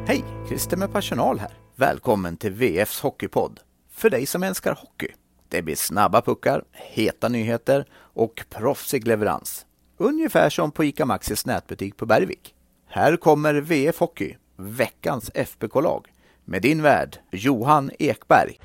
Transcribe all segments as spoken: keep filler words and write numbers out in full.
Hej, Christer med personal här. Välkommen till V F:s hockeypodd. För dig som älskar hockey. Det blir snabba puckar, heta nyheter och proffsig leverans. Ungefär som på ICA Maxis nätbutik på Bergvik. Här kommer V F Hockey, veckans F B K-lag. Med din värd, Johan Ekberg.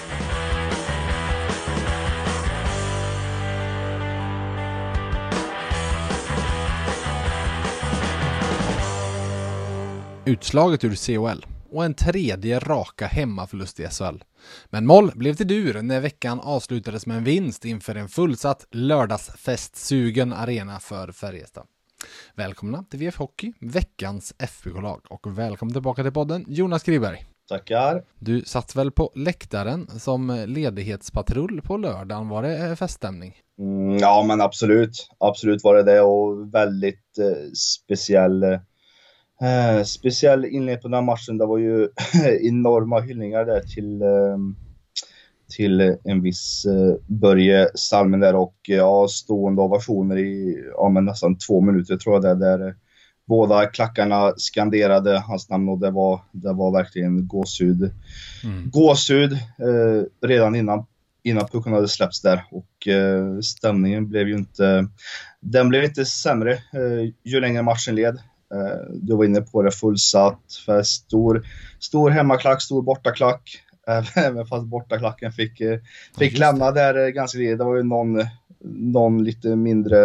Utslaget ur C O L och en tredje raka hemmaförlust i S H L. Men moll blev till dur när veckan avslutades med en vinst inför en fullsatt lördagsfestsugen arena för Färjestad. Välkomna till V F Hockey, veckans F B K-lag, och välkommen tillbaka till podden Jonas Skriberg. Tackar. Du satt väl på läktaren som ledighetspatrull på lördagen, var det feststämning? Mm, ja men absolut, absolut var det det, och väldigt eh, speciell eh, speciell inledning på den här matchen. Det var ju enorma hyllningar där till eh, till en viss eh, Börje Salmen där, och ja, stående ovationer i ja, men nästan två minuter tror jag det, där båda klackarna skanderade hans namn, och det var, det var verkligen gåshud. Mm. Gåshud eh, redan innan, innan pucken hade släppts där, och eh, stämningen blev ju inte den blev inte sämre eh, ju längre matchen led. Eh, du var inne på det, fullsatt, för stor, stor hemmaklack, stor bortaklack. Även fast bortaklacken fick, fick ja, lämna där ganska det. Det var ju någon, någon lite mindre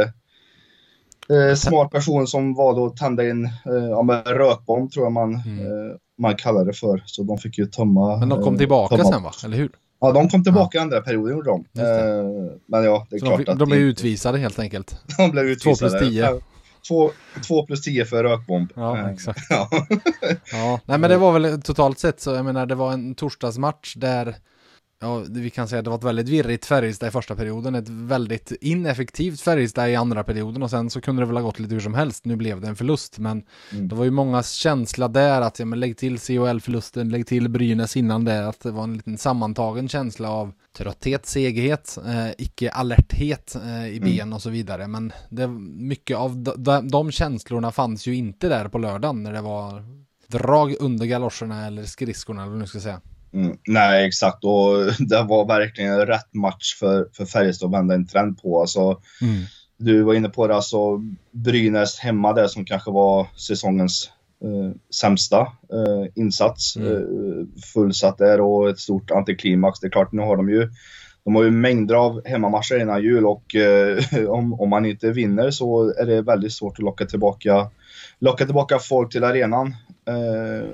eh, smart person som valde att tända in eh, ja, med rökbomb tror jag man, mm. eh, man kallar det för. Så de fick ju tömma. Men de kom tillbaka tömma. sen va? Eller hur? Ja, de kom tillbaka ja. andra perioden gjorde de. Eh, men ja, det är så klart de, att de blev utvisade helt enkelt. De blev utvisade. två plus tio. Två, två plus tio för rökbomb. Ja, exakt. Ja. ja, nej men det var väl totalt sett så, jag menar, det var en torsdagsmatch där, ja, vi kan säga att det var ett väldigt virrigt Färjestad i första perioden, ett väldigt ineffektivt Färjestad i andra perioden, och sen så kunde det väl ha gått lite hur som helst. Nu blev det en förlust, men mm. det var ju många känsla där att, ja men lägg till C O L-förlusten, lägg till Brynäs innan det, att det var en liten sammantagen känsla av trötthet, seghet, eh, icke-alerthet eh, i ben mm. och så vidare. Men det, mycket av de, de känslorna fanns ju inte där på lördagen när det var drag under galoscherna eller skridskorna eller vad nu ska säga. Mm, nej, exakt. Och det var verkligen rätt match för, för Färjestad att vända en trend på. Alltså, mm. Du var inne på det, alltså Brynäs hemma där som kanske var säsongens eh, sämsta eh, insats. Mm. Eh, fullsatt där och ett stort antiklimax. Det är klart, nu har de ju de har ju mängder av hemmamatcher innan jul, och eh, om, om man inte vinner så är det väldigt svårt att locka tillbaka locka tillbaka folk till arenan. Eh,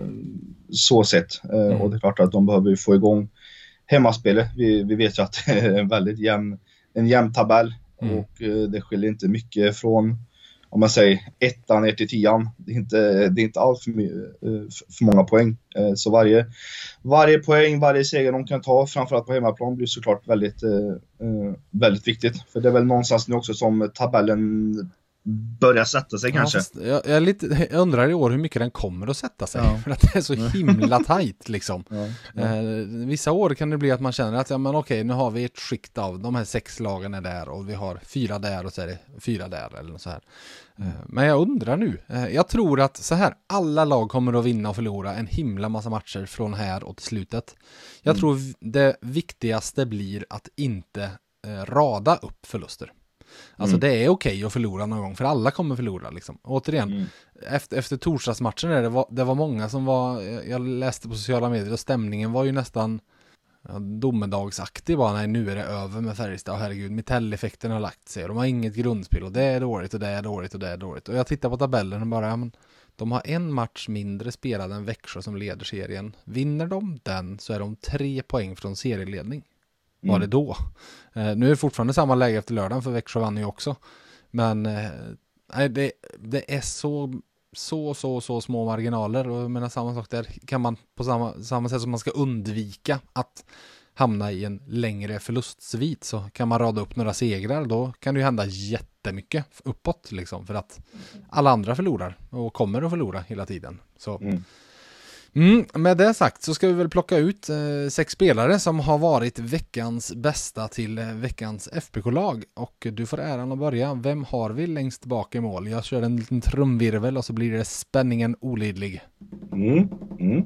så sett. Eh, mm. Och det är klart att de behöver få igång hemmaspelet. Vi, vi vet ju att det är en väldigt jämn, en jämn tabell. Mm. Och eh, det skiljer inte mycket från, om man säger, ettan ner till tian. Det är inte, det är inte allt för, för många poäng. Eh, så varje, varje poäng, varje seger de kan ta, framförallt på hemmaplan, blir såklart väldigt, eh, väldigt viktigt. För det är väl någonstans nu också som tabellen börja sätta sig, ja, kanske. Jag, jag, lite, jag undrar i år hur mycket den kommer att sätta sig. Ja. För att det är så himla tajt liksom. Ja, ja. Eh, vissa år kan det bli att man känner att ja, men okej, nu har vi ett skikt av de här sex lagen är där och vi har fyra där och så är det fyra där eller så här. Mm. Eh, men jag undrar nu. Eh, jag tror att så här, alla lag kommer att vinna och förlora en himla massa matcher från här och till slutet. Jag mm. tror det viktigaste blir att inte eh, rada upp förluster. Alltså mm. det är okej att förlora någon gång, för alla kommer förlora liksom. Återigen, mm. efter, efter torsdagsmatchen där, det var, det var många som var, jag läste på sociala medier och stämningen var ju nästan ja, domedagsaktig bara, nej nu är det över med Färjestad, och herregud, Mitell-effekten har lagt sig, de har inget grundspel och det är dåligt och det är dåligt och det är dåligt. Och jag tittar på tabellen och bara, ja, men de har en match mindre spelad än Växjö som leder serien. Vinner de den så är de tre poäng från serieledning. Var det då. Eh, nu är det fortfarande samma läge efter lördagen, för Växjö vann ju också. Men eh, det, det är så, så, så, så små marginaler. Och jag menar, samma sak där kan man på samma, samma sätt som man ska undvika att hamna i en längre förlustsvit, så kan man rada upp några segrar. Då kan det ju hända jättemycket uppåt liksom, för att alla andra förlorar och kommer att förlora hela tiden. Så... Mm. Mm, med det sagt så ska vi väl plocka ut eh, sex spelare som har varit veckans bästa till eh, veckans F B K-lag. Och du får äran att börja. Vem har vi längst bak i mål? Jag kör en liten trumvirvel och så blir det spänningen olidlig. Mm, mm.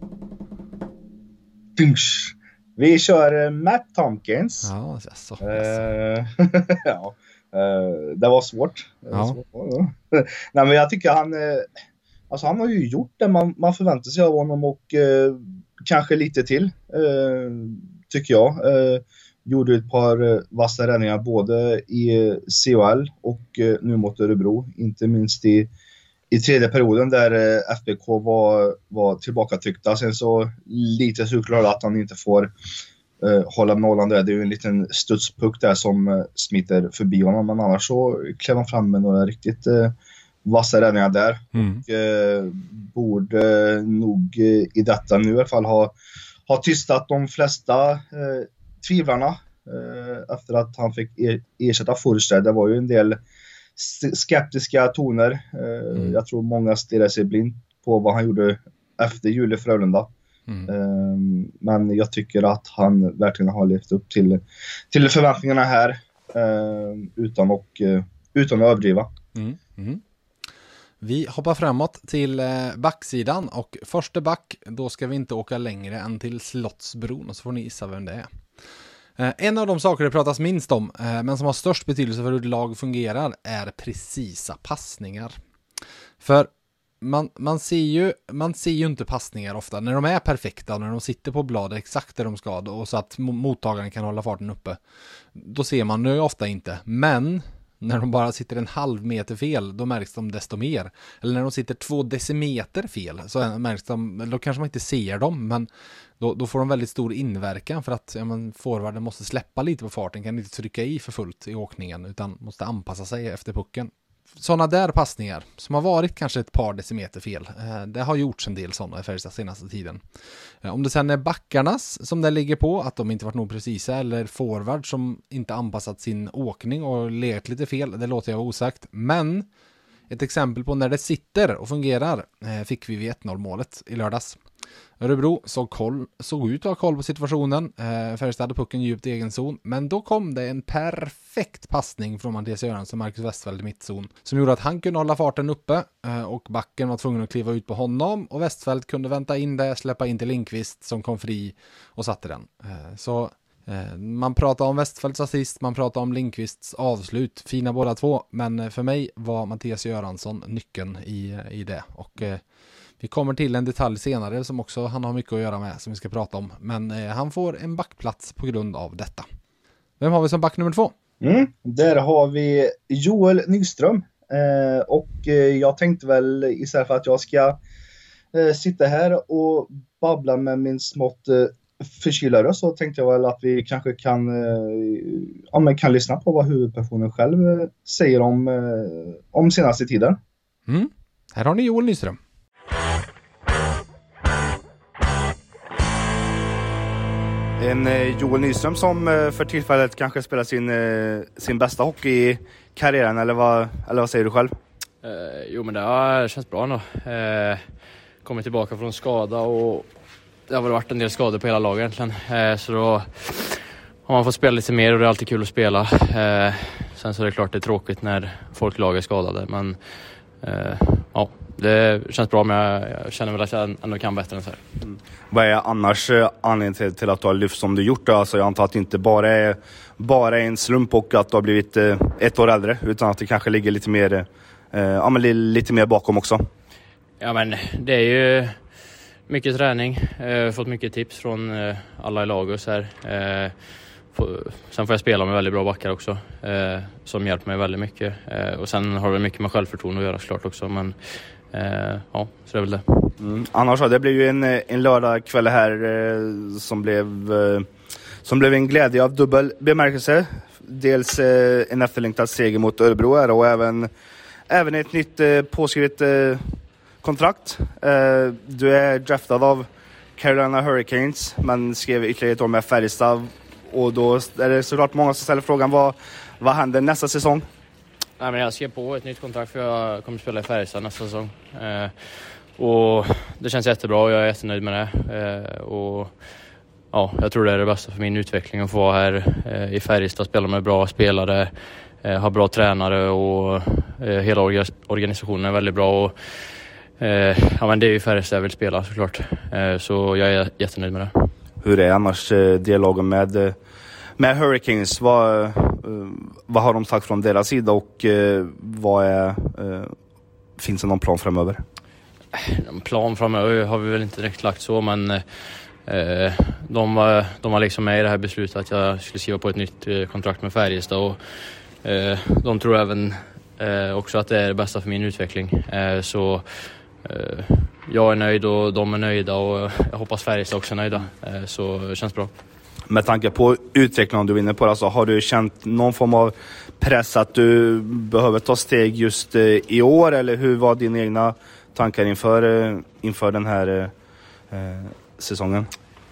Vi kör Matt Tompkins. Ja, så. Uh, ja. Uh, det var svårt. Det var ja. svårt. Nej, men jag tycker han... Uh, Alltså han har ju gjort det man, man förväntar sig av honom och eh, kanske lite till, eh, tycker jag. Eh, gjorde ett par eh, vassa räddningar både i C H L och eh, nu mot Örebro. Inte minst i, i tredje perioden där eh, F B K var, var tillbaka tryckta. Sen så lite såklart att han inte får eh, hålla nollan där. Det är ju en liten studspuck där som eh, smiter förbi honom. Men annars så klev han fram med några riktigt... Eh, vassa räddningar där. Mm. Och, eh, borde eh, nog eh, i detta nu i alla fall ha, ha tystat de flesta eh, tvivlarna eh, efter att han fick er, ersätta Forster. Det var ju en del skeptiska toner. Eh, mm. Jag tror många stirrade sig blind på vad han gjorde efter Julie Frölunda. Mm. Eh, men jag tycker att han verkligen har levt upp till, till förväntningarna här eh, utan, och, eh, utan att överdriva. Mm. Mm. Vi hoppar framåt till backsidan och första back, då ska vi inte åka längre än till Slottsbron och så får ni gissa vem det är. En av de saker det pratas minst om, men som har störst betydelse för hur ett lag fungerar, är precisa passningar. För man, man, ser ju, man ser ju inte passningar ofta när de är perfekta, när de sitter på bladet exakt där de ska och så att mottagaren kan hålla farten uppe. Då ser man det ofta inte, men... när de bara sitter en halv meter fel, då märks de desto mer. Eller när de sitter två decimeter fel, så märks de, då kanske man inte ser dem, men då, då får de väldigt stor inverkan för att ja, men forwarden måste släppa lite på farten, kan inte trycka i för fullt i åkningen, utan måste anpassa sig efter pucken. Sådana där passningar som har varit kanske ett par decimeter fel, det har gjorts en del sådana i Färjestad senaste tiden. Om det sen är backarnas som det ligger på, att de inte varit nog precisa, eller forward som inte anpassat sin åkning och legat lite fel, det låter jag vara osagt. Men ett exempel på när det sitter och fungerar fick vi vid ett noll målet i lördags. Örebro såg, koll, såg ut att ha koll på situationen. Eh, Färjestad hade pucken djupt i egen zon. Men då kom det en perfekt passning från Mattias Göransson och Marcus Westfeldt i mittzon. Som gjorde att han kunde hålla farten uppe. Eh, och backen var tvungen att kliva ut på honom. Och Westfeldt kunde vänta in det, släppa in till Lindqvist som kom fri och satte den. Eh, så eh, man pratar om Westfeldts assist, man pratar om Lindqvists avslut. Fina båda två. Men för mig var Mattias Göransson nyckeln i, i det. Och... Eh, Vi kommer till en detalj senare som också han har mycket att göra med som vi ska prata om. Men eh, han får en backplats på grund av detta. Vem har vi som back nummer två? Mm, där har vi Joel Nyström. Eh, och eh, jag tänkte väl istället för att jag ska eh, sitta här och babbla med min smått eh, förkylare, så tänkte jag väl att vi kanske kan, eh, ja, men kan lyssna på vad huvudpersonen själv eh, säger om, eh, om senaste tiden. Mm. Här har ni Joel Nyström. En Joel Nyström som för tillfället kanske spelar sin, sin bästa hockey i karriären, eller vad, eller vad säger du själv? Eh, jo men det har känts bra nu. Eh, kommit tillbaka från skada och det har väl varit en del skador på hela laget egentligen. Eh, så då har man fått spela lite mer och det är alltid kul att spela. Eh, sen så är det klart det är tråkigt när folk lag är skadade, men eh, ja, det känns bra, men jag, jag känner väl att jag ändå kan bättre än så här. Mm. Vad är annars anledningen till, till att du har lyft som du gjort? Alltså jag antar att det inte bara är, bara är en slump och att du har blivit eh, ett år äldre, utan att det kanske ligger lite mer, eh, ja, men li, lite mer bakom också. Ja, men det är ju mycket träning. Eh, fått mycket tips från eh, alla i laget så här. Eh, Sen får jag spela med väldigt bra backar också, eh, som hjälper mig väldigt mycket. Eh, och sen har det mycket med självförtroende att göra såklart också. Men eh, ja, så det är väl det. Mm. Annars så, det blev ju en, en lördagkväll här eh, som, blev, eh, som blev en glädje av dubbel bemärkelse. Dels eh, en efterlängtad seger mot Örebro här, och även, även ett nytt eh, påskrivet eh, kontrakt. Eh, du är draftad av Carolina Hurricanes, men skrev ytterligare ett år med Färjestad. Och då är det såklart många som ställer frågan, vad, vad händer nästa säsong? Nej, men jag skrev på ett nytt kontrakt för jag kommer att spela i Färjestad nästa säsong. Eh, och det känns jättebra och jag är jättenöjd med det. Eh, och ja, jag tror det är det bästa för min utveckling att få vara här eh, i Färjestad, spela med bra spelare, eh, ha bra tränare och eh, hela orga- organisationen är väldigt bra. Och, eh, ja, men det är ju Färjestad jag vill spela såklart. Eh, så jag är jättenöjd med det. Hur är annars eh, dialogen med, eh, med Hurricanes? Vad, eh, vad har de sagt från deras sida och eh, vad är, eh, finns det någon plan framöver? En plan framöver har vi väl inte direkt lagt så, men eh, de, de var liksom med i det här beslutet att jag skulle skriva på ett nytt eh, kontrakt med Färjestad och eh, de tror även eh, också att det är det bästa för min utveckling. Eh, så eh, jag är nöjd och de är nöjda och jag hoppas Färjestad också är nöjda. Eh, så det känns bra. Med tanke på utvecklingen du vinner på, alltså, har du känt någon form av press att du behöver ta steg just eh, i år, eller hur var dina egna tankar inför, eh, inför den här eh, säsongen?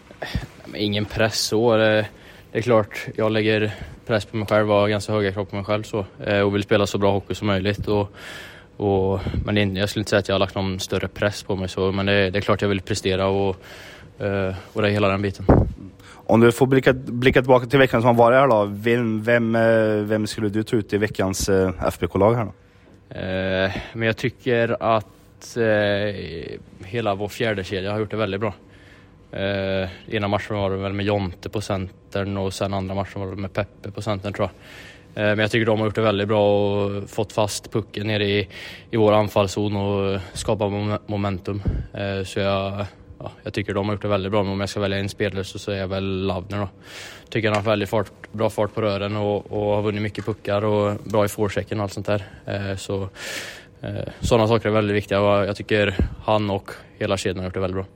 Ingen press så. Det, det är klart, jag lägger press på mig själv och har ganska höga krav på mig själv så, eh, och vill spela så bra hockey som möjligt. Och, och, men det, jag skulle inte säga att jag har lagt någon större press på mig så, men det, det är klart jag vill prestera och, eh, och det är hela den biten. Om du får blicka, blicka tillbaka till veckan som har varit här då, vem, vem, vem skulle du ta ut i veckans eh, F B K-lag här då? Eh, men jag tycker att eh, hela vår fjärde kedja har gjort det väldigt bra. Eh, ena matchen var det väl med Jonte på centern och sen andra matchen var det med Peppe på centern tror jag. Eh, men jag tycker de har gjort det väldigt bra och fått fast pucken nere i, i vår anfallszon och skapat mom- momentum. Eh, så jag... Ja, jag tycker de har gjort det väldigt bra, men om jag ska välja en spelare så säger jag väl Lavner då. Tycker han har väldigt fart, bra fart på rören och, och har vunnit mycket puckar och bra i forechecken och allt sånt där. Eh, så eh, sådana saker är väldigt viktiga och jag tycker han och hela kedjan har gjort det väldigt bra.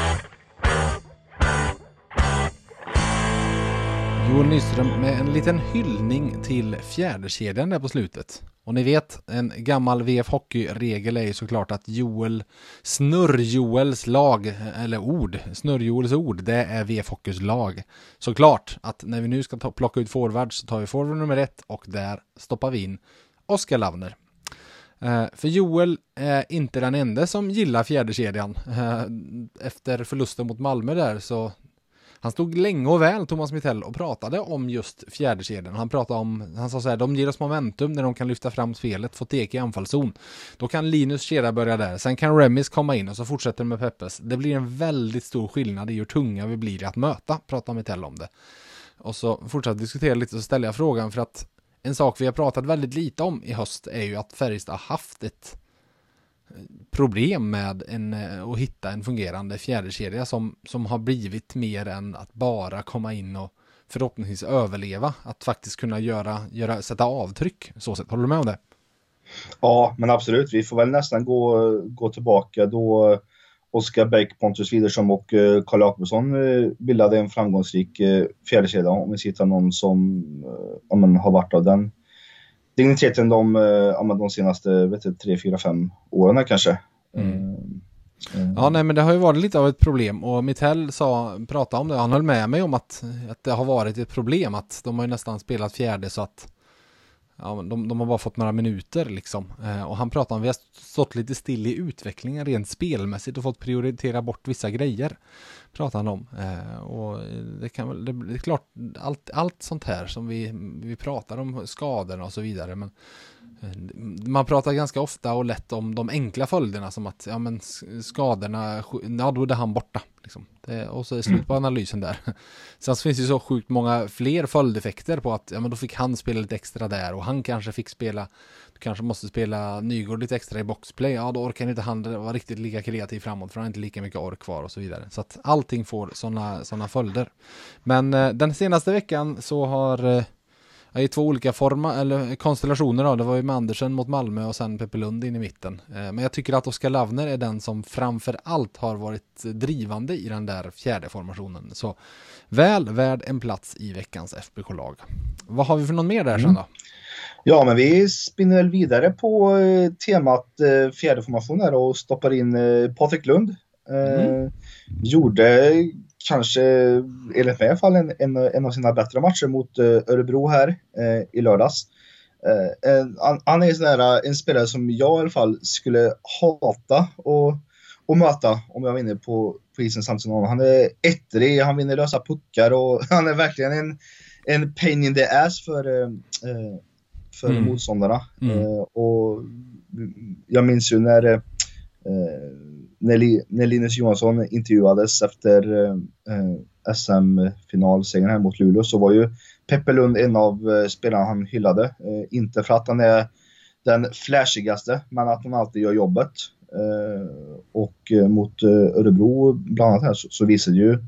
Joel Nyström med en liten hyllning till fjärdekedjan där på slutet. Och ni vet, en gammal V F Hockey-regel är ju såklart att Joel, Snurr-Joels lag, eller ord, Snurr-Joels ord, det är V F Hockeys lag. Såklart att när vi nu ska ta, plocka ut forward så tar vi forward nummer ett och där stoppar vi in Oskar Lavner. Uh, för Joel är inte den enda som gillar fjärdekedjan. Uh, efter förlusten mot Malmö där så han stod länge och väl, Thomas Mitell, och pratade om just fjärdekedjan. Han pratade om, han sa så här, de ger oss momentum när de kan lyfta fram spelet, få tek i anfallszon. Då kan Linus kedja börja där. Sen kan Remis komma in och så fortsätter med Peppes. Det blir en väldigt stor skillnad i hur tunga vi blir att möta, pratar Mitell om det. Och så fortsatte diskutera lite och ställa frågan för att en sak vi har pratat väldigt lite om i höst är ju att Färjestad har haft ett problem med en, att hitta en fungerande fjärdekedja som, som har blivit mer än att bara komma in och förhoppningsvis överleva, att faktiskt kunna göra, göra sätta avtryck så sätt. Håller du med om det? Ja, men absolut. Vi får väl nästan gå, gå tillbaka då Oskar Bäck, Pontus Widerström och Karl Jakobsson bildade en framgångsrik fjärdekedja, om vi hittar någon som ja, men, har varit av den digniteten de, ja, de senaste vet du, tre, fyra, fem åren kanske. Mm. Mm. Ja, nej, men det har ju varit lite av ett problem och Mitell sa, pratade om det, han höll med mig om att, att det har varit ett problem att de har ju nästan spelat fjärde så att ja, de, de har bara fått några minuter liksom. Eh, och han pratade om att vi har stått lite still i utvecklingen rent spelmässigt och fått prioritera bort vissa grejer. Pratar han om. Eh, och det, kan väl, det, det är klart, allt, allt sånt här som vi, vi pratar om, skadorna och så vidare. Men eh, man pratar ganska ofta och lätt om de enkla följderna som att ja, men skadorna, ja då är det han borta. Liksom. Det, och så är slut på analysen där. Sen så finns det ju så sjukt många fler följdeffekter på att ja, men då fick han spela lite extra där och han kanske fick spela, du kanske måste spela Nygård lite extra i boxplay, ja då orkar inte han vara riktigt lika kreativ framåt för han har inte lika mycket ork kvar och så vidare. Så att allting får sådana såna följder. Men eh, den senaste veckan så har eh, i två olika forma, eller konstellationer då, det var ju med Andersen mot Malmö och sen Peppe Lund in i mitten. Eh, men jag tycker att Oskar Lavner är den som framför allt har varit drivande i den där fjärde formationen. Så väl värd en plats i veckans F B K-lag. Vad har vi för någon mer där sen då? Mm. Ja, men vi spinner väl vidare på eh, temat eh, fjärde formation här och stoppar in eh, Patrik Lund. Eh, mm. Gjorde kanske, enligt mig i alla fall, en, en, en av sina bättre matcher mot eh, Örebro här eh, i lördags. Eh, han, han är sån där, en spelare som jag i alla fall skulle hata och, att möta om jag vinner på, på isen samtidigt som honom. Han är ettrig, han vinner lösa puckar och han är verkligen en, en pain in the ass för, eh, för mm. motståndarna. Mm. Eh, och jag minns ju när, eh, när, när Linus Johansson intervjuades efter eh, S M-finalsegern här mot Luleå, så var ju Peppe Lund en av eh, spelarna han hyllade. Eh, inte för att han är den flashigaste, men att han alltid gör jobbet. Eh, och eh, mot eh, Örebro bland annat här så, så visade ju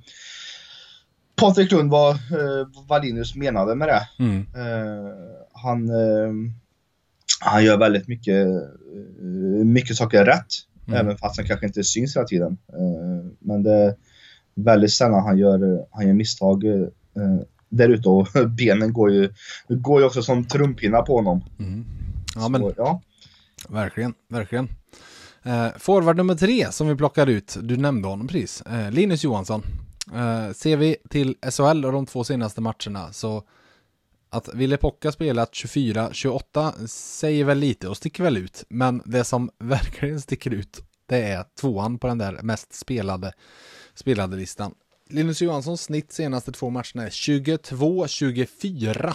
Patrik Lund vad, eh, vad Linus menade med det. Mm. Eh, han, eh, han gör väldigt mycket, eh, mycket saker rätt. Mm. Även fast han kanske inte syns hela tiden. Eh, men det är väldigt sällan han gör, han gör misstag eh, där ute. Och benen går ju, går ju också som trumpinnar på honom. Mm. Ja, men så, ja. Verkligen, verkligen. Eh, forward nummer tre som vi plockar ut, du nämnde honom precis, eh, Linus Johansson. Eh, ser vi till S H L och de två senaste matcherna, så att Ville Pocka spelat tjugofyra tjugoåtta säger väl lite och sticker väl ut. Men det som verkligen sticker ut, det är tvåan på den där mest spelade, spelade listan. Linus Johanssons snitt senaste två matcherna är tjugotvå tjugofyra.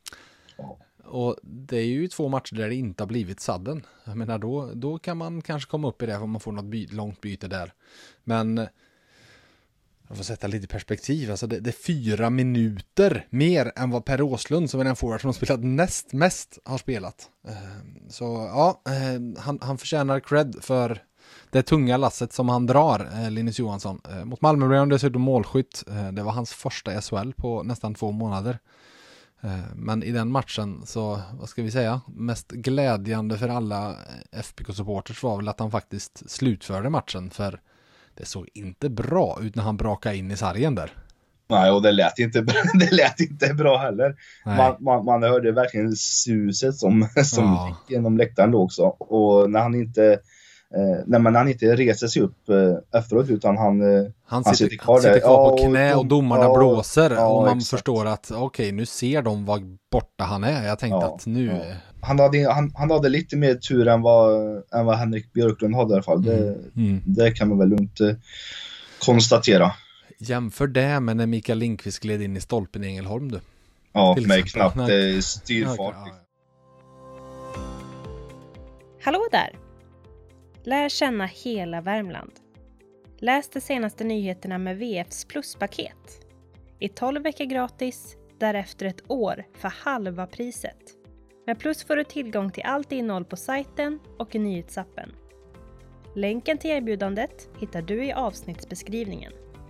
Och det är ju två matcher där det inte har blivit sadden. Jag menar, då, då kan man kanske komma upp i det om man får något by- långt byte där. Men jag får sätta lite perspektiv. Alltså det, det är fyra minuter mer än vad Per Åslund, som är den forward som har spelat näst mest, har spelat. Så ja, han, han förtjänar cred för det tunga lasset som han drar, Linus Johansson. Mot Malmö blev han dessutom målskytt. Det var hans första S H L på nästan två månader. Men i den matchen så, vad ska vi säga, mest glädjande för alla F B K-supporters var väl att han faktiskt slutförde matchen, för det såg inte bra ut när han brakade in i sargen där. Nej, och det lät inte, det lät inte bra heller. Man, man, man hörde verkligen suset som, som ja. gick genom läktaren då också. Och när han inte... Eh, när man han inte reser sig upp eh, efteråt, utan han, eh, han, sitter, han sitter kvar, han sitter kvar ja, på knä och, och domarna ja, blåser ja, och man exakt. förstår att okej, okay, nu ser de vad borta han är. Jag tänkte ja, att nu... Ja. Han, hade, han, han hade lite mer tur än vad, än vad Henrik Björklund hade i alla fall. Det, mm. Mm. det kan man väl inte eh, konstatera. Jämför det med när Mikael Lindqvist gled in i stolpen i Ängelholm, du. Ja, med knappt eh, styrfart. Okay, ja. Hallå där! Lär känna hela Värmland. Läs de senaste nyheterna med V F:s pluspaket. I tolv veckor gratis, därefter ett år för halva priset. Med Plus får du tillgång till allt innehåll på sajten och i nyhetsappen. Länken till erbjudandet hittar du i avsnittsbeskrivningen.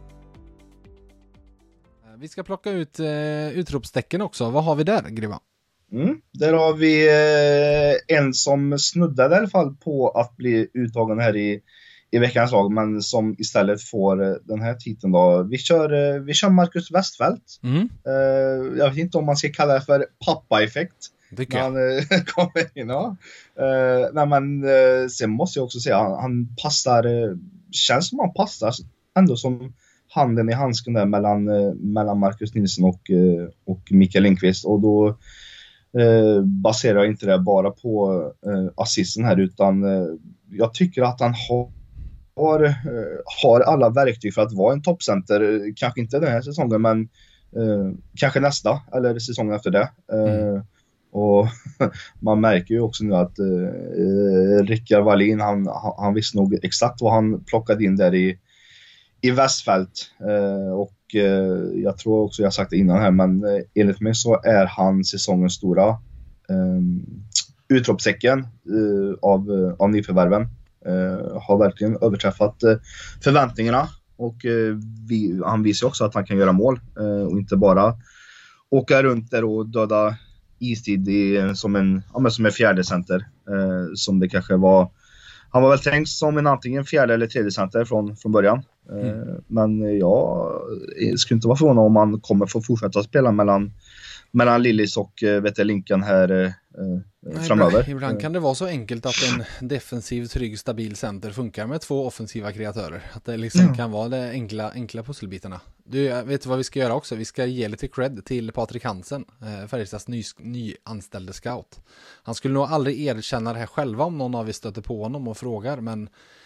Vi ska plocka ut eh, utropstecken också. Vad har vi där, Griva? Mm. Där har vi eh, en som snuddade i alla fall på att bli uttagen här i, i veckans lag, men som istället får eh, den här titeln då. Vi kör, eh, vi kör Marcus Westfeldt. Mm. Eh, jag vet inte om man ska kalla det för pappa-effekt. När han eh, kommer in. Ja. Eh, nej, men eh, sen måste jag också säga han, han passar, eh, känns som han passar ändå som handen i handsken där mellan, eh, mellan Marcus Nilsson och, eh, och Mikael Lindqvist, och då Eh, baserar jag inte det bara på eh, assisten här, utan eh, jag tycker att han har, har, eh, har alla verktyg för att vara en toppcenter. Kanske inte den här säsongen, men eh, kanske nästa eller säsongen efter det. Eh, mm. Och man märker ju också nu att eh, Rickard Wallin, han, han visste nog exakt vad han plockade in där i, i Westfeldt. Eh, och jag tror också jag har sagt det innan här, men enligt mig så är han säsongens stora um, utropstecken uh, av, uh, av nyförvärven. Uh, har verkligen överträffat uh, förväntningarna, och uh, vi, han visar också att han kan göra mål uh, och inte bara åka runt där och döda istid i, som, en, ja, men som en fjärde center uh, som det kanske var. Han var väl tänkt som en antingen fjärde eller tredje center från, från början. Mm. Men jag skulle inte vara förvånad om man kommer få fortsätta spela mellan, mellan Lillis och vet jag, Lincoln här eh, framöver. Ibland, ibland kan det vara så enkelt att en defensiv, trygg, stabil center funkar med två offensiva kreatörer. Att det liksom mm. kan vara de enkla, enkla pusselbitarna. Du, vet du vad vi ska göra också? Vi ska ge lite cred till Patrik Hansen, eh, Färjestads ny, nyanställde scout. Han skulle nog aldrig erkänna det här själva om någon av er stöter på honom och frågar, men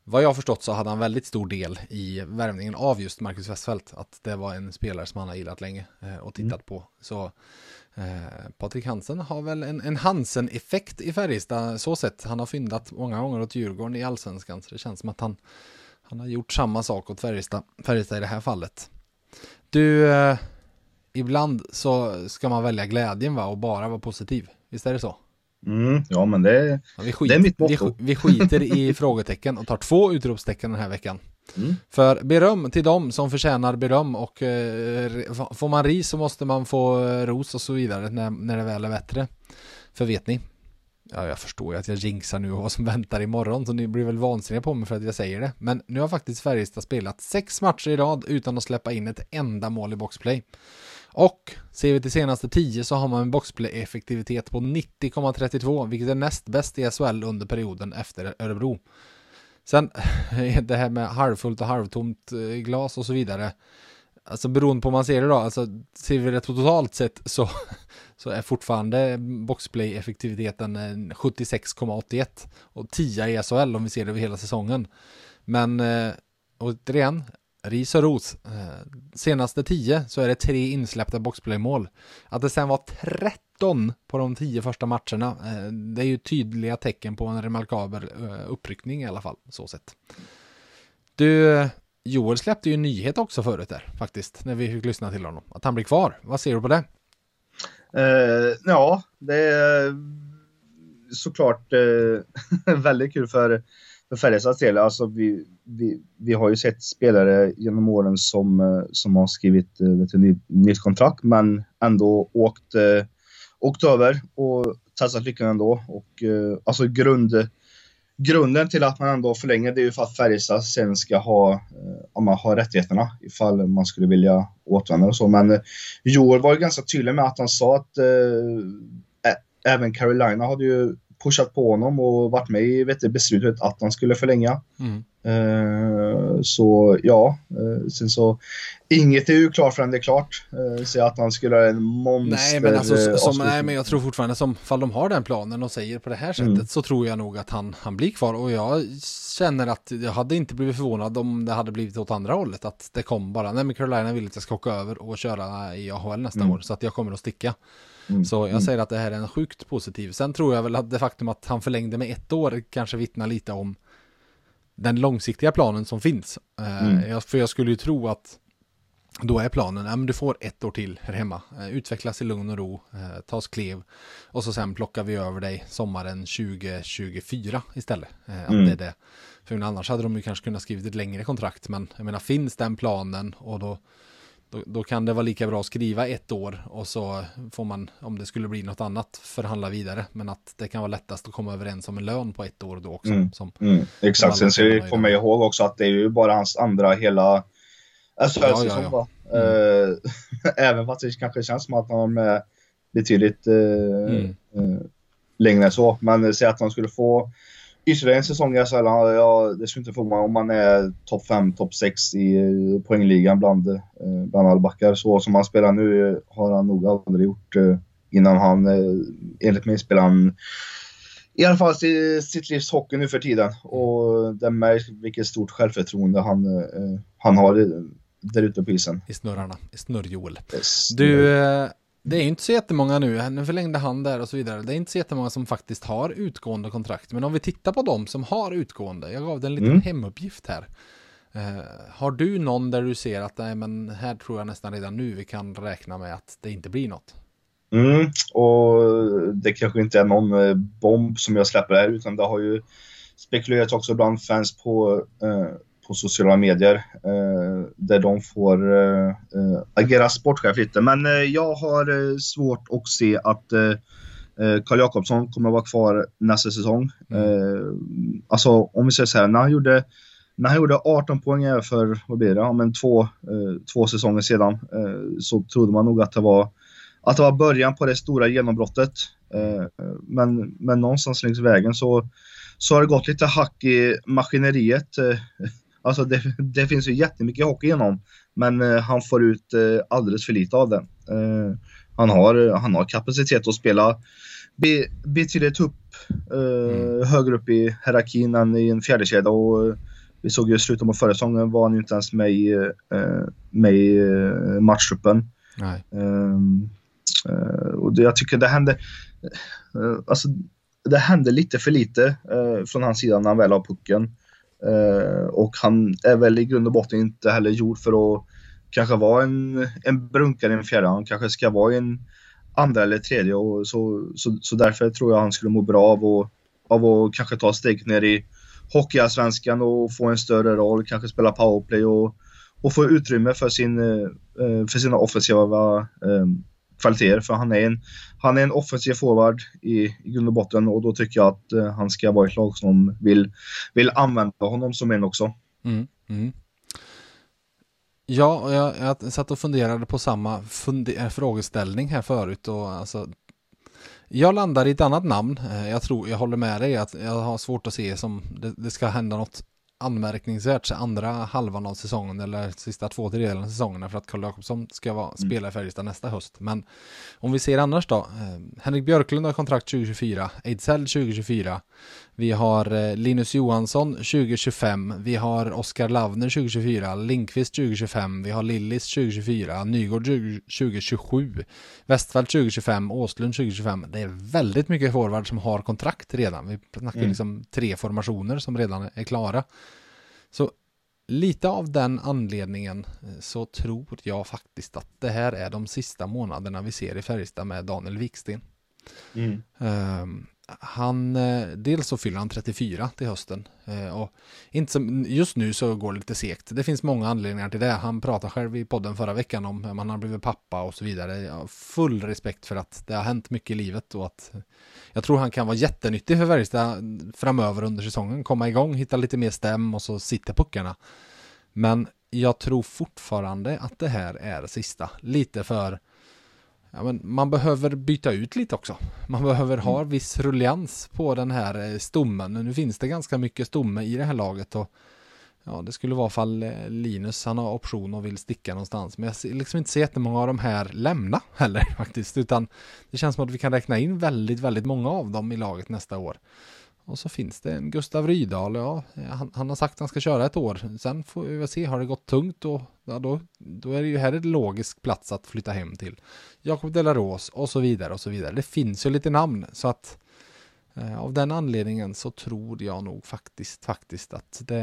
vad jag har förstått så hade han väldigt stor del i värvningen av just Marcus Westfeldt. Att det var en spelare som han har gillat länge eh, och tittat mm. på. Så eh, Patrik Hansen har väl en, en Hansen-effekt i Färjestad så sett. Han har fyndat många gånger åt Djurgården i Allsvenskan. Så det känns som att han, han har gjort samma sak åt Färjestad, Färjestad i det här fallet. Du, eh, ibland så ska man välja glädjen va, och bara vara positiv. Visst är det så? Mm, ja, men det, ja, vi skiter, det är mitt motto. Vi, vi skiter i frågetecken och tar två utropstecken den här veckan. Mm. För beröm till dem som förtjänar beröm och eh, får man ris så måste man få ros och så vidare när, när det väl är bättre. För vet ni, ja, jag förstår ju att jag jinxar nu och vad som väntar imorgon så ni blir väl vansinniga på mig för att jag säger det. Men nu har faktiskt Färjestad spelat sex matcher i rad utan att släppa in ett enda mål i boxplay. Och ser vi till senaste tio så har man en boxplay-effektivitet på nittio komma trettiotvå, vilket är näst bäst i S H L under perioden efter Örebro. Sen det här med halvfullt och halvtomt glas och så vidare. Alltså beroende på om man ser det då, alltså ser vi det totalt sett så, så är fortfarande boxplay-effektiviteten sjuttiosex komma åttioett och tio i S H L om vi ser det över hela säsongen. Men återigen, ris och ros. Senaste tio så är det tre insläppta boxplay-mål. Att det sen var tretton på de tio första matcherna, det är ju tydliga tecken på en remarkabel uppryckning i alla fall, så sett. Du, Joel släppte ju en nyhet också förut där, faktiskt, när vi fick lyssna till honom. Att han blir kvar. Vad ser du på det? Uh, ja, det är såklart uh, väldigt kul för För Färjestads del, alltså vi, vi, vi har ju sett spelare genom åren som, som har skrivit vet du, ny, nytt kontrakt men ändå åkt, eh, åkt över och testat lyckan ändå. Och, eh, alltså grund, grunden till att man ändå förlänger det är ju för att Färjestad sen ska ha, eh, man ha rättigheterna ifall man skulle vilja återvända och så. Men eh, Joel var ju ganska tydlig med att han sa att eh, ä- även Carolina hade ju pushat på honom och varit med i vet du, beslutet att han skulle förlänga. Mm. Uh, så ja, uh, sen så inget är ju klart förrän det är klart. Uh, så att han skulle ha en monster. Nej, men alltså som, nej, men jag tror fortfarande som fall de har den planen och säger på det här sättet mm. så tror jag nog att han, han blir kvar och jag känner att jag hade inte blivit förvånad om det hade blivit åt andra hållet att det kom bara, nej men Carolina vill att jag ska åka över och köra i A H L nästa mm. år så att jag kommer att sticka. Mm. Så jag säger att det här är en sjukt positiv. Sen tror jag väl att det faktum att han förlängde med ett år kanske vittnar lite om den långsiktiga planen som finns. Mm. Uh, för jag skulle ju tro att då är planen, ja, men du får ett år till här hemma. Uh, utvecklas i lugn och ro, uh, tas klev och så sen plockar vi över dig sommaren tjugo tjugofyra istället. Uh, att mm. det är det. För annars hade de ju kanske kunnat skrivit ett längre kontrakt, men jag menar finns den planen och då Då, då kan det vara lika bra att skriva ett år och så får man, om det skulle bli något annat, förhandla vidare. Men att det kan vara lättast att komma överens om en lön på ett år då också. Mm. Som, mm. Exakt, sen ska vi komma ihåg också att det är ju bara hans andra hela alltså, ja, säsong. Ja, ja. Mm. Även fast det kanske känns som att han är betydligt uh, mm. uh, längre så. Men säg att han skulle få ytterligare en säsong i S H L, ja, det skulle inte få man om man är topp fem, topp sex i poängligan bland, bland alla backar. Så som han spelar nu har han nog aldrig gjort innan han, enligt mig spelar han i alla fall sitt livs hockey nu för tiden. Och det märks vilket stort självförtroende han, han har där ute på isen. I snurrarna, i snurrjoel. Du... Det är inte så jättemånga nu, nu förlängde han där och så vidare. Det är inte så jättemånga som faktiskt har utgående kontrakt. Men om vi tittar på dem som har utgående, jag gav den en liten mm. hemuppgift här. Uh, har du någon där du ser att nej, men här tror jag nästan redan nu vi kan räkna med att det inte blir något? Mm, och det kanske inte är någon uh, bomb som jag släpper här, utan det har ju spekulerats också bland fans på... Uh, på sociala medier eh, där de får eh, agera sportchef lite. Men eh, jag har eh, svårt att se att eh, Carl Jakobsson kommer att vara kvar nästa säsong. Mm. Eh, alltså om vi säger så här, när han gjorde, när han gjorde arton poäng för vad blir det? Ja, men två, eh, två säsonger sedan eh, så trodde man nog att det var att det var början på det stora genombrottet. Eh, men, men någonstans längs vägen så, så har det gått lite hack i maskineriet. Eh, Alltså det, det finns ju jättemycket hockey igenom, men eh, han får ut eh, alldeles för lite av den. Eh, han, har, han har kapacitet att spela betydligt upp, eh, mm. högre upp i hierarkin än i en fjärdekedja och Vi såg ju i slutet av förra säsongen var han ju inte ens med i, eh, med i eh, matchtruppen. Nej. Um, uh, och det, jag tycker det hände uh, alltså det hände lite för lite uh, från hans sida när han väl har pucken. Uh, och han är väl i grund och botten inte heller gjord för att kanske vara en, en brunkare i en fjärde. Han kanske ska vara en andra eller tredje. Och så, så, så därför tror jag han skulle må bra av, och, av att kanske ta steg ner i Hockeyallsvenskan och få en större roll. Kanske spela powerplay och, och få utrymme för, sin, uh, för sina offensiva uh, kvaliteter. För han är en, han är en offensiv forward i, i grund och botten, och då tycker jag att uh, han ska vara ett lag som vill, vill använda honom som en också. Mm, mm. Ja, jag, jag satt och funderade på samma funder- frågeställning här förut, och alltså, jag landar i ett annat namn. Jag tror, jag håller med dig att jag har svårt att se som det, det ska hända något anmärkningsvärt så andra halvan av säsongen eller sista två tredjedelar av säsongerna för att Carl Jacobsson ska vara, spela i Färjestad nästa höst. Men om vi ser annars då, eh, Henrik Björklund har kontrakt tjugo tjugofyra, Ejdsell tjugo tjugofyra, vi har eh, Linus Johansson tjugo tjugofem, vi har Oskar Lavner tjugo tjugofyra, Lindqvist tjugo tjugofem, vi har Lillis tjugo tjugofyra, Nygård tjugo tjugosju, Westfall tjugo tjugofem, Åslund tjugo tjugofem. Det är väldigt mycket forward som har kontrakt redan. Vi snackar mm. liksom tre formationer som redan är klara. Så lite av den anledningen så tror jag faktiskt att det här är de sista månaderna vi ser i Färjestad med Daniel Wiksten. Mm. Um, han, dels så fyller han trettiofyra till hösten, och inte som, just nu så går det lite segt. Det finns många anledningar till det. Han pratade själv i podden förra veckan om att man har blivit pappa och så vidare. Jag har full respekt för att det har hänt mycket i livet, och att jag tror han kan vara jättenyttig för Färjestad framöver under säsongen. Komma igång, hitta lite mer stäm och så sitta puckarna. Men jag tror fortfarande att det här är sista. Lite för ja, men man behöver byta ut lite också. Man behöver ha viss rullians på den här stommen. Nu finns det ganska mycket stomme i det här laget, och ja, det skulle vara fall Linus, han har option och vill sticka någonstans. Men jag ser liksom inte så jättemånga av de här lämna heller faktiskt, utan det känns som att vi kan räkna in väldigt, väldigt många av dem i laget nästa år. Och så finns det en Gustav Rydahl, ja, han, han har sagt att han ska köra ett år. Sen får vi se, har det gått tungt och ja, då, då är det ju här en logisk plats att flytta hem till. Jakob Delaros och så vidare och så vidare. Det finns ju lite namn, så att eh, av den anledningen så tror jag nog faktiskt, faktiskt att det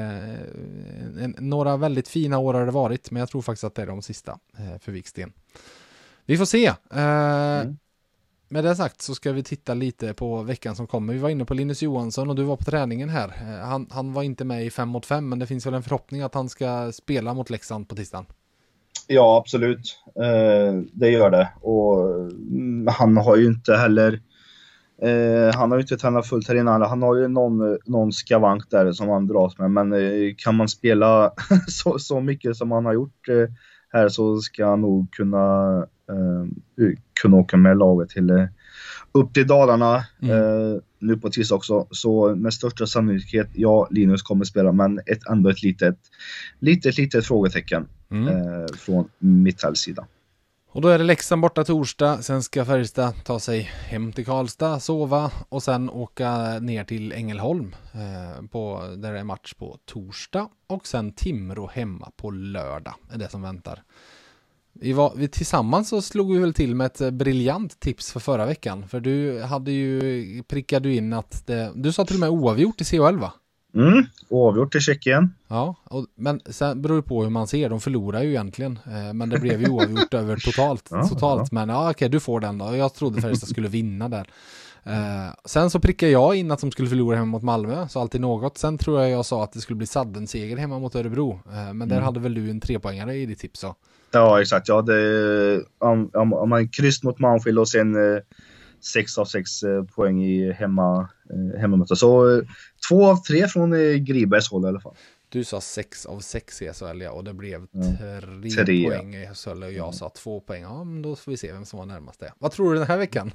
en, några väldigt fina år har det varit, men jag tror faktiskt att det är de sista eh, för Wiksten. Vi får se. Eh, mm. Med det sagt så ska vi titta lite på veckan som kommer. Vi var inne på Linus Johansson och du var på träningen här. Han, han var inte med i fem mot fem, men det finns väl en förhoppning att han ska spela mot Leksand på tisdagen? Ja, absolut. Eh, det gör det. Och mm, han har ju inte heller eh, han har ju inte tränat fullt här innan. Han har ju någon, någon skavank där som han dras med. Men eh, kan man spela så, så mycket som han har gjort eh, här, så ska han nog kunna Uh, kunna åka med laget till uh, upp till Dalarna mm. uh, nu på tisdag också. Så med största sannolikhet, ja, Linus kommer spela, men ett, ändå ett litet litet, litet frågetecken mm. uh, från Mittells sida. Och då är det Leksand borta torsdag, sen ska Färjestad ta sig hem till Karlstad, sova och sen åka ner till Ängelholm eh, på, där det är match på torsdag, och sen Timrå hemma på lördag är det som väntar. Vi var, vi tillsammans så slog vi väl till med ett briljant tips för förra veckan. För du hade ju, prickade in att det, du sa till och med oavgjort i C H L, va? Mm, oavgjort i Tjeckien. Ja, och, men sen beror det på hur man ser. De förlorar ju egentligen. Eh, men det blev ju oavgjort över totalt. Ja, totalt. Ja. Men ja, okej, okay, du får den då. Jag trodde Färjestad skulle vinna där. Eh, sen så prickade jag in att de skulle förlora hemma mot Malmö. Så alltid något. Sen tror jag jag sa att det skulle bli Sadden-seger hemma mot Örebro. Eh, men mm. där hade väl du en trepoängare i ditt tips så. Ja, exakt. Ja, det, om, om, om man kryss mot Manfield och sen eh, sex av sex eh, poäng i hemma, eh, hemmamöte. Så eh, två av tre från eh, Gribergs håll i alla fall. Du sa sex av sex i S H L, ja, och det blev ja. tre, tre poäng ja. i S H L och jag sa två poäng. Ja, men då får vi se vem som var närmast det. Vad tror du den här veckan?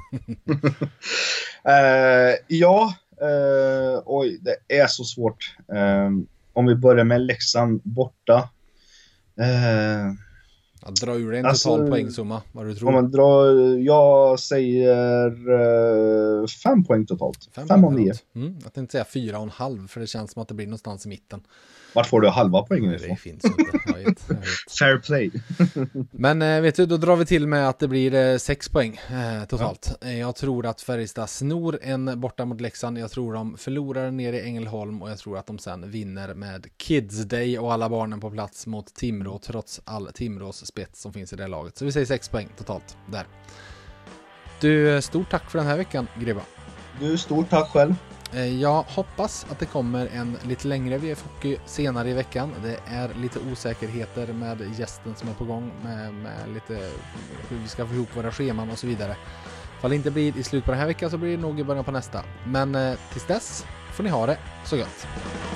uh, ja, uh, oj, det är så svårt. Uh, om vi börjar med Leksand borta. Uh, Ja, dra ur en Alltså, total poängsumma, vad du tror. Ja, men dra, jag säger uh, fem poäng totalt. Fem, fem av nio. Mm, jag tänkte säga fyra och en halv, för det känns som att det blir någonstans i mitten. Vart får du halva poängen ifrån? Det finns inte, jag vet, jag vet. Fair play. Men eh, vet du, då drar vi till med att det blir eh, sex poäng eh, totalt. Ja. Jag tror att Färjestad snor en borta mot Leksand. Jag tror de förlorar ner i Ängelholm och jag tror att de sen vinner med Kids Day och alla barnen på plats mot Timrå, trots all Timrås spets som finns i det laget. Så vi säger sex poäng totalt där. Du, stort tack för den här veckan, Gribba. Du, stort tack själv. Jag hoppas att det kommer en lite längre V F Hockey senare i veckan. Det är lite osäkerheter med gästen som är på gång, med, med lite hur vi ska få ihop våra scheman och så vidare. Ifall det inte blir i slut på den här veckan så blir det nog i början på nästa. Men tills dess får ni ha det så gott.